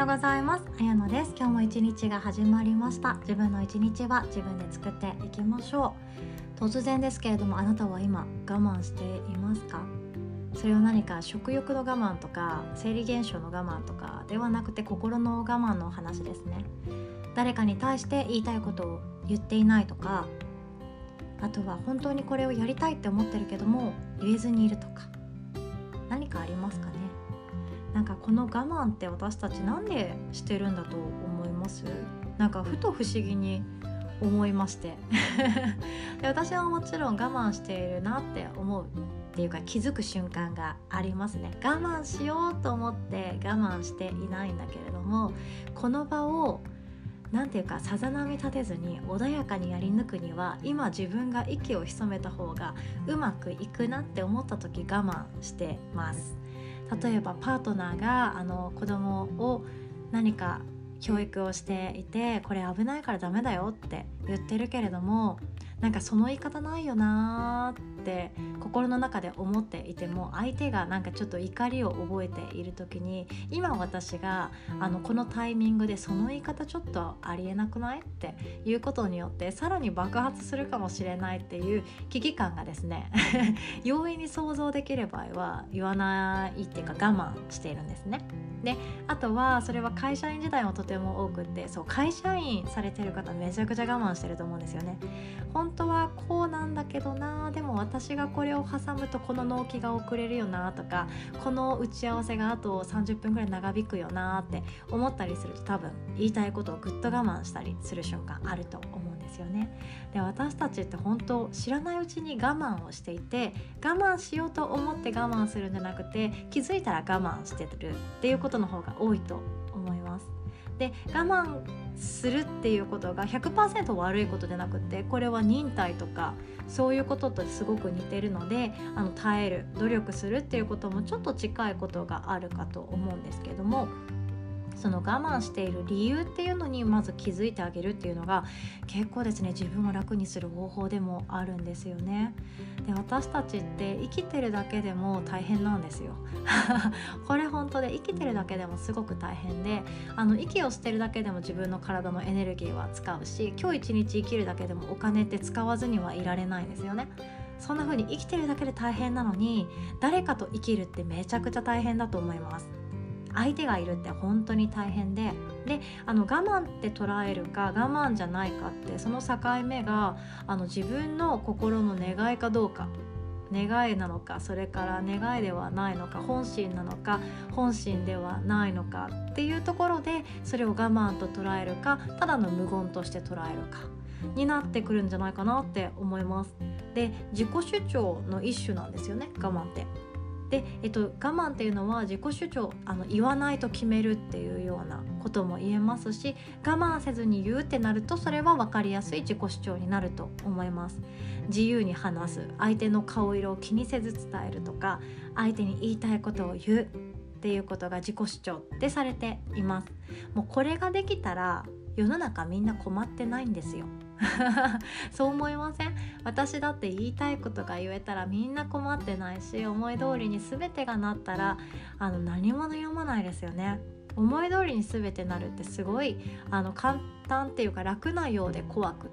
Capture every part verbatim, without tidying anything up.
ようございます。あやのです。今日も一日が始まりました。自分の一日は自分で作っていきましょう。突然ですけれども、あなたは今我慢していますか？それは何か食欲の我慢とか生理現象の我慢とかではなくて、心の我慢の話ですね。誰かに対して言いたいことを言っていないとか、あとは本当にこれをやりたいって思ってるけども言えずにいるとか、何かありますかね。なんかこの我慢って私たちなんでしてるんだと思います？なんかふと不思議に思いましてで私はもちろん我慢しているなって思うっていうか、気づく瞬間がありますね。我慢しようと思って我慢していないんだけれども、この場をなんていうかさざ波立てずに穏やかにやり抜くには、今自分が息を潜めた方がうまくいくなって思った時我慢してます。例えばパートナーがあの子供を何か教育をしていて、これ危ないからダメだよって言ってるけれども、なんかその言い方ないよなって心の中で思っていても、相手がなんかちょっと怒りを覚えている時に、今私があのこのタイミングでその言い方ちょっとありえなくないっていうことによってさらに爆発するかもしれないっていう危機感がですね容易に想像できる場合は言わないっていうか我慢しているんですね。で、あとはそれは会社員時代もとても多くって、そう会社員されてる方めちゃくちゃ我慢してると思うんですよね。本当はこうなんだけどな、でも私がこれを挟むとこの納期が遅れるよなとか、この打ち合わせがあとさんじゅっぷんくらい長引くよなって思ったりすると、多分言いたいことをぐっと我慢したりする瞬間あると思うんですよね。で、私たちって本当知らないうちに我慢をしていて、我慢しようと思って我慢するんじゃなくて、気づいたら我慢してるっていうことの方が多いと思います。で、我慢するっていうことが ひゃくパーセント 悪いことじゃなくて、これは忍耐とかそういうこととすごく似てるので、あの耐える、努力するっていうこともちょっと近いことがあるかと思うんですけども、その我慢している理由っていうのにまず気づいてあげるっていうのが結構ですね、自分を楽にする方法でもあるんですよね。で、私たちって生きてるだけでも大変なんですよこれ本当で、生きてるだけでもすごく大変で、あの息をしてるだけでも自分の体のエネルギーは使うし、今日一日生きるだけでもお金って使わずにはいられないんですよね。そんな風に生きてるだけで大変なのに、誰かと生きるってめちゃくちゃ大変だと思います。相手がいるって本当に大変で、で、あの我慢って捉えるか我慢じゃないかって、その境目があの自分の心の願いかどうか、願いなのか、それから願いではないのか、本心なのか本心ではないのかっていうところで、それを我慢と捉えるか、ただの無言として捉えるかになってくるんじゃないかなって思います。で、自己主張の一種なんですよね、我慢って。で、えっと、我慢っていうのは自己主張、あの言わないと決めるっていうようなことも言えますし、我慢せずに言うってなると、それは分かりやすい自己主張になると思います。自由に話す、相手の顔色を気にせず伝えるとか、相手に言いたいことを言うっていうことが自己主張ってされています。もうこれができたら世の中みんな困ってないんですよそう思いません？私だって言いたいことが言えたらみんな困ってないし、思い通りに全てがなったらあの何も悩まないですよね。思い通りに全てなるってすごいあの簡単っていうか楽なようで怖くって、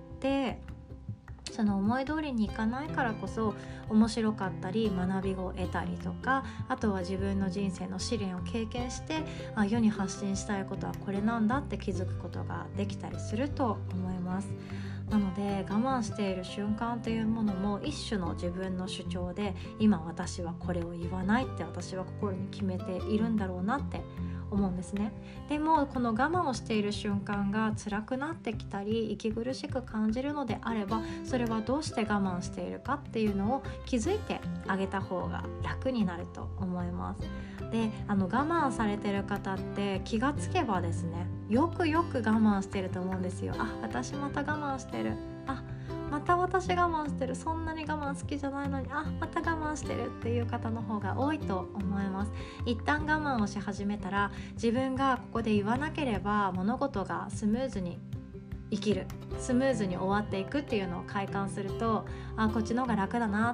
その思い通りにいかないからこそ面白かったり学びを得たりとか、あとは自分の人生の試練を経験して、あ、世に発信したいことはこれなんだって気づくことができたりすると思います。なので我慢している瞬間というものも一種の自分の主張で、今私はこれを言わないって私は心に決めているんだろうなって思うんですね。でもこの我慢をしている瞬間が辛くなってきたり息苦しく感じるのであれば、それはどうして我慢しているかっていうのを気づいてあげた方が楽になると思います。で、あの我慢されてる方って気がつけばですね、よくよく我慢してると思うんですよ。あ、私また我慢してる、あ、また私我慢してる、そんなに我慢好きじゃないのに、あ、また我慢してるっていう方の方が多いと思います。一旦我慢をし始めたら、自分がここで言わなければ物事がスムーズに生きる、スムーズに終わっていくっていうのを快感すると、あ、こっちの方が楽だなっ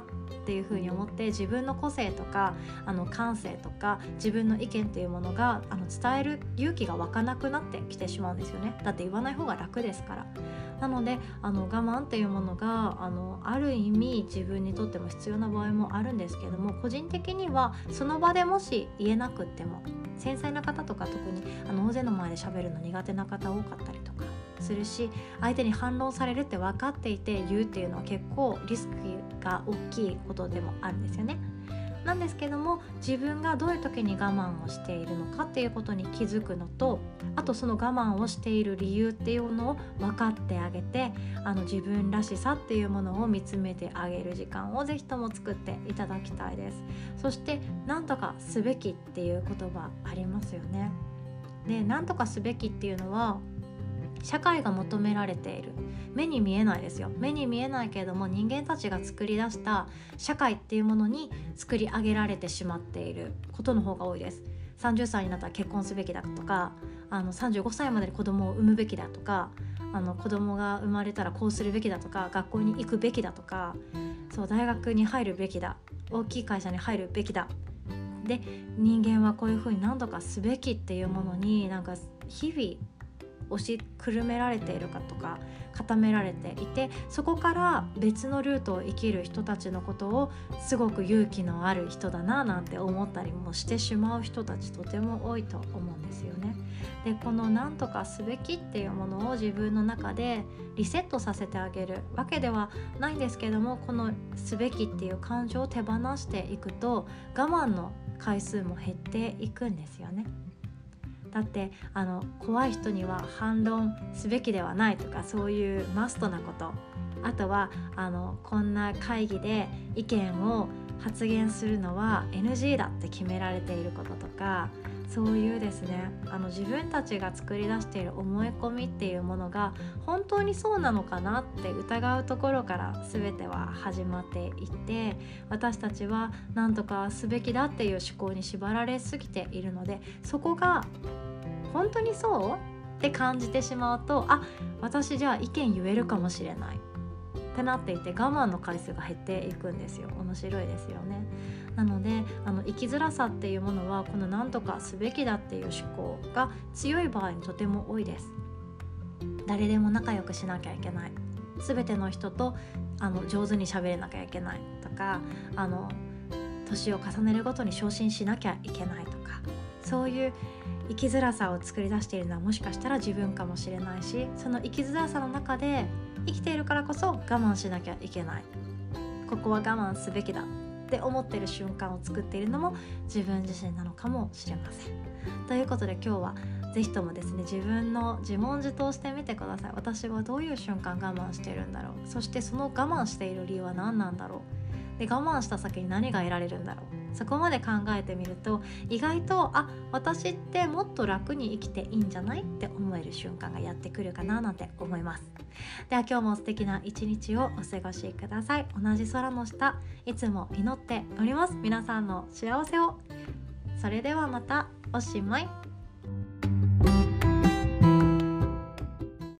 っていうふうに思って自分の個性とかあの感性とか自分の意見っていうものがあの伝える勇気が湧かなくなってきてしまうんですよね。だって言わない方が楽ですから。なのであの我慢っていうものがあのある意味自分にとっても必要な場合もあるんですけども、個人的にはその場でもし言えなくっても、繊細な方とか特にあの大勢の前で喋るの苦手な方多かったりとかするし、相手に反論されるって分かっていて言うっていうのは結構リスクが大きいことでもあるんですよね。なんですけども、自分がどういう時に我慢をしているのかっていうことに気づくのと、あとその我慢をしている理由っていうのを分かってあげて、あの自分らしさっていうものを見つめてあげる時間をぜひとも作っていただきたいです。そして何とかすべきっていう言葉ありますよね。で、何とかすべきっていうのは社会が求められている、目に見えないですよ。目に見えないけれども人間たちが作り出した社会っていうものに作り上げられてしまっていることの方が多いです。さんじゅっさいになったら結婚すべきだとか、あのさんじゅうごさいまでに子供を産むべきだとか、あの子供が生まれたらこうするべきだとか、学校に行くべきだとか、そう大学に入るべきだ、大きい会社に入るべきだ、で人間はこういうふうに何とかすべきっていうものになんか日々押しくるめられているかとか固められていて、そこから別のルートを生きる人たちのことをすごく勇気のある人だななんて思ったりもしてしまう人たちとても多いと思うんですよね。でこの何とかすべきっていうものを自分の中でリセットさせてあげるわけではないんですけども、このすべきっていう感情を手放していくと我慢の回数も減っていくんですよね。だってあの怖い人には反論すべきではないとか、そういうマストなこと、あとはあのこんな会議で意見を発言するのは エヌジー だって決められていることとか、そういうですね、あの自分たちが作り出している思い込みっていうものが本当にそうなのかなって疑うところから全ては始まっていて、私たちは何とかすべきだっていう思考に縛られすぎているので、そこが本当にそうって感じてしまうと、あ、私じゃあ意見言えるかもしれないってなっていて、我慢の回数が減っていくんですよ。面白いですよね。なのであの生きづらさっていうものはこの何とかすべきだっていう思考が強い場合にとても多いです。誰でも仲良くしなきゃいけない、全ての人とあの上手に喋れなきゃいけないとか、あの年を重ねるごとに昇進しなきゃいけないとか、そういう生きづらさを作り出しているのはもしかしたら自分かもしれないし、その生きづらさの中で生きているからこそ我慢しなきゃいけない、ここは我慢すべきだって思っている瞬間を作っているのも自分自身なのかもしれません。ということで今日はぜひともですね、自分の自問自答してみてください。私はどういう瞬間我慢しているんだろう、そしてその我慢している理由は何なんだろう、で我慢した先に何が得られるんだろう。そこまで考えてみると意外とあ、私ってもっと楽に生きていいんじゃないって思える瞬間がやってくるかななんて思います。では今日も素敵な一日をお過ごしください。同じ空の下、いつも祈っております。皆さんの幸せを。それではまた、おしまい。